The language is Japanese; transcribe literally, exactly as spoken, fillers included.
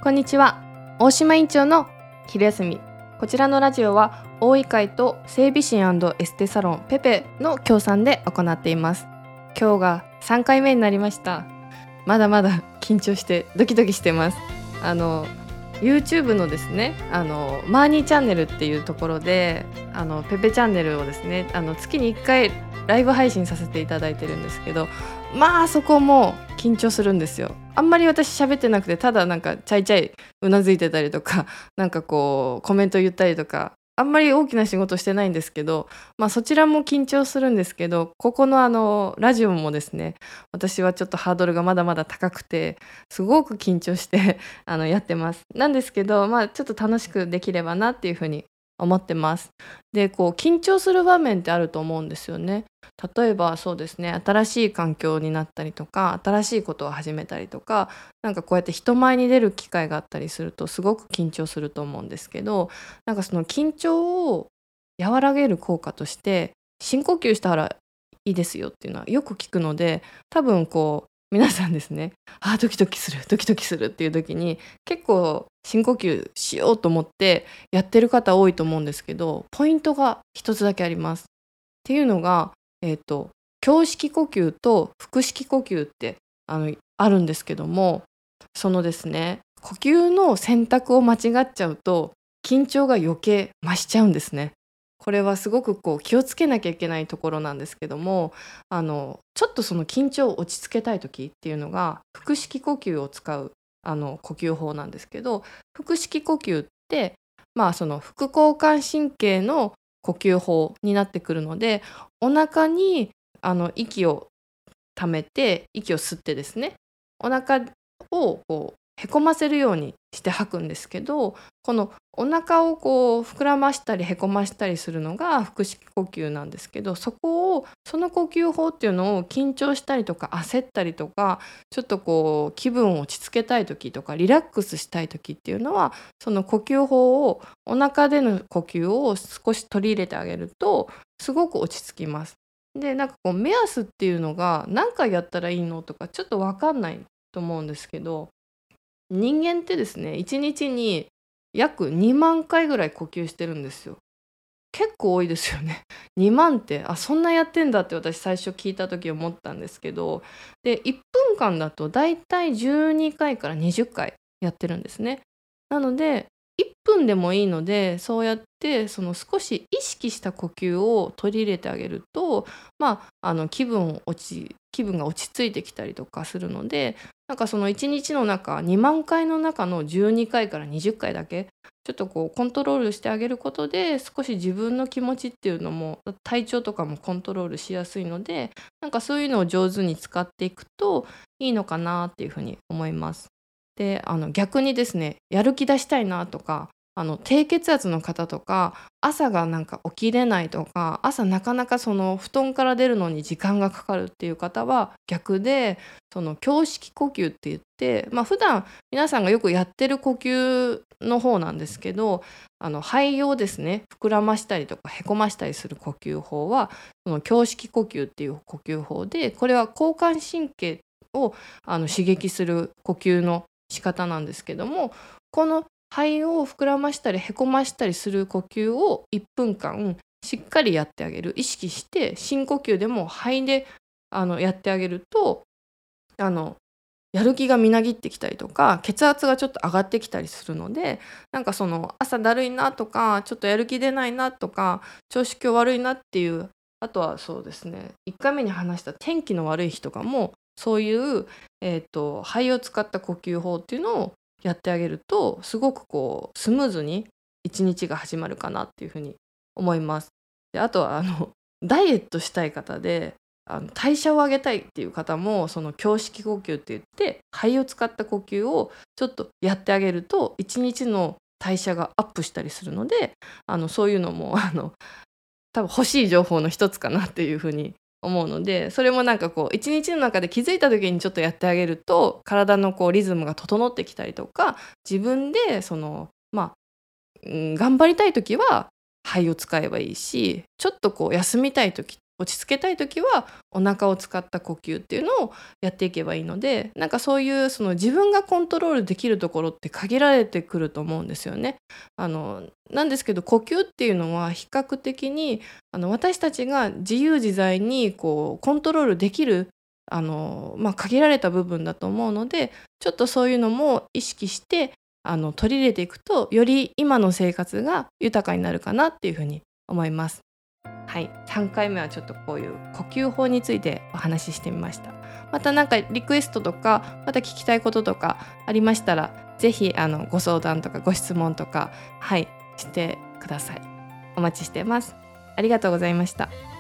こんにちは。大島院長の昼休み。こちらのラジオは大井会と整備士&エステサロンペペの協賛で行っています。今日がさんかいめになりました。まだまだ緊張してドキドキしてます。あの YouTube のですね、あのマーニーチャンネルっていうところで、あのペペチャンネルをですね、あの月にいっかいライブ配信させていただいてるんですけど、まあそこも緊張するんですよ。あんまり私喋ってなくて、ただなんかチャイチャイうなずいてたりとか、なんかこうコメント言ったりとか、あんまり大きな仕事してないんですけど、まあそちらも緊張するんですけど、ここのあのラジオもですね、私はちょっとハードルがまだまだ高くて、すごく緊張してあのやってます。なんですけど、まあちょっと楽しくできればなっていうふうに思ってます。で、こう緊張する場面ってあると思うんですよね。例えばそうですね、新しい環境になったりとか、新しいことを始めたりとか、なんかこうやって人前に出る機会があったりするとすごく緊張すると思うんですけど、なんかその緊張を和らげる効果として深呼吸したらいいですよっていうのはよく聞くので、多分こう皆さんですね、あードキドキするドキドキするっていう時に結構深呼吸しようと思ってやってる方多いと思うんですけど、ポイントが一つだけあります。っていうのが、えっと胸式呼吸と腹式呼吸ってあのあるんですけども、そのですね、呼吸の選択を間違っちゃうと緊張が余計増しちゃうんですね。これはすごくこう気をつけなきゃいけないところなんですけども、あのちょっとその緊張を落ち着けたい時っていうのが腹式呼吸を使うあの呼吸法なんですけど、腹式呼吸ってまあその副交感神経の呼吸法になってくるので、お腹にあの息を溜めて息を吸ってですね、お腹をこうへこませるようにして吐くんですけど、このお腹をこう膨らましたりへこましたりするのが腹式呼吸なんですけど、そこをその呼吸法っていうのを緊張したりとか焦ったりとか、ちょっとこう気分を落ち着けたい時とかリラックスしたい時っていうのは、その呼吸法をお腹での呼吸を少し取り入れてあげるとすごく落ち着きます。で、なんかこう目安っていうのが何回やったらいいのとかちょっと分かんないと思うんですけど、人間ってですね、いちにちに約にまんかいぐらい呼吸してるんですよ。結構多いですよね。にまんって、あ、そんなやってんだって私最初聞いた時思ったんですけど、で、いっぷんかんだとだいたいじゅうにかいからにじゅっかいやってるんですね。なので、いっぷんでもいいので、そうやってその少し意識した呼吸を取り入れてあげると、まあ、あの気分落ち気分が落ち着いてきたりとかするので、なんかそのいちにちの中、にまんかいの中のじゅうにかいからにじゅっかいだけちょっとこうコントロールしてあげることで、少し自分の気持ちっていうのも体調とかもコントロールしやすいので、なんかそういうのを上手に使っていくといいのかなっていうふうに思います。で、あの逆にですね、やる気出したいなとか、あの低血圧の方とか、朝がなんか起きれないとか、朝なかなかその布団から出るのに時間がかかるっていう方は逆で、その胸式呼吸って言って、まあ普段皆さんがよくやってる呼吸の方なんですけど、あの肺をですね膨らましたりとかへこましたりする呼吸法はその胸式呼吸っていう呼吸法で、これは交感神経をあの刺激する呼吸の仕方なんですけども、この肺を膨らましたりへこましたりする呼吸をいっぷんかんしっかりやってあげる、意識して深呼吸でも肺であのやってあげると、あのやる気がみなぎってきたりとか血圧がちょっと上がってきたりするので、なんかその朝だるいなとかちょっとやる気出ないなとか調子今日悪いなっていう、あとはそうですね、いっかいめに話した天気の悪い日とかもそういう、えー、と肺を使った呼吸法っていうのをやってあげるとすごくこうスムーズに一日が始まるかなっていうふうに思います。で、あとはあのダイエットしたい方で、あの代謝を上げたいっていう方もその胸式呼吸って言って肺を使った呼吸をちょっとやってあげると一日の代謝がアップしたりするので、あのそういうのもあの多分欲しい情報の一つかなっていうふうに思うので、それもなんかこう一日の中で気づいた時にちょっとやってあげると体のこうリズムが整ってきたりとか、自分でそのまあ、うん、頑張りたい時は肺を使えばいいし、ちょっとこう休みたい時、 落ち着けたい時はお腹を使った呼吸っていうのをやっていけばいいので、なんかそういうその自分がコントロールできるところって限られてくると思うんですよね。あのなんですけど、呼吸っていうのは比較的にあの私たちが自由自在にこうコントロールできるあの、まあ、限られた部分だと思うので、ちょっとそういうのも意識してあの取り入れていくと、より今の生活が豊かになるかなっていうふうに思います。はい、さんかいめはちょっとこういう呼吸法についてお話ししてみました。また何かリクエストとか、また聞きたいこととかありましたら、ぜひあのご相談とかご質問とか、はい、してください。お待ちしてます。ありがとうございました。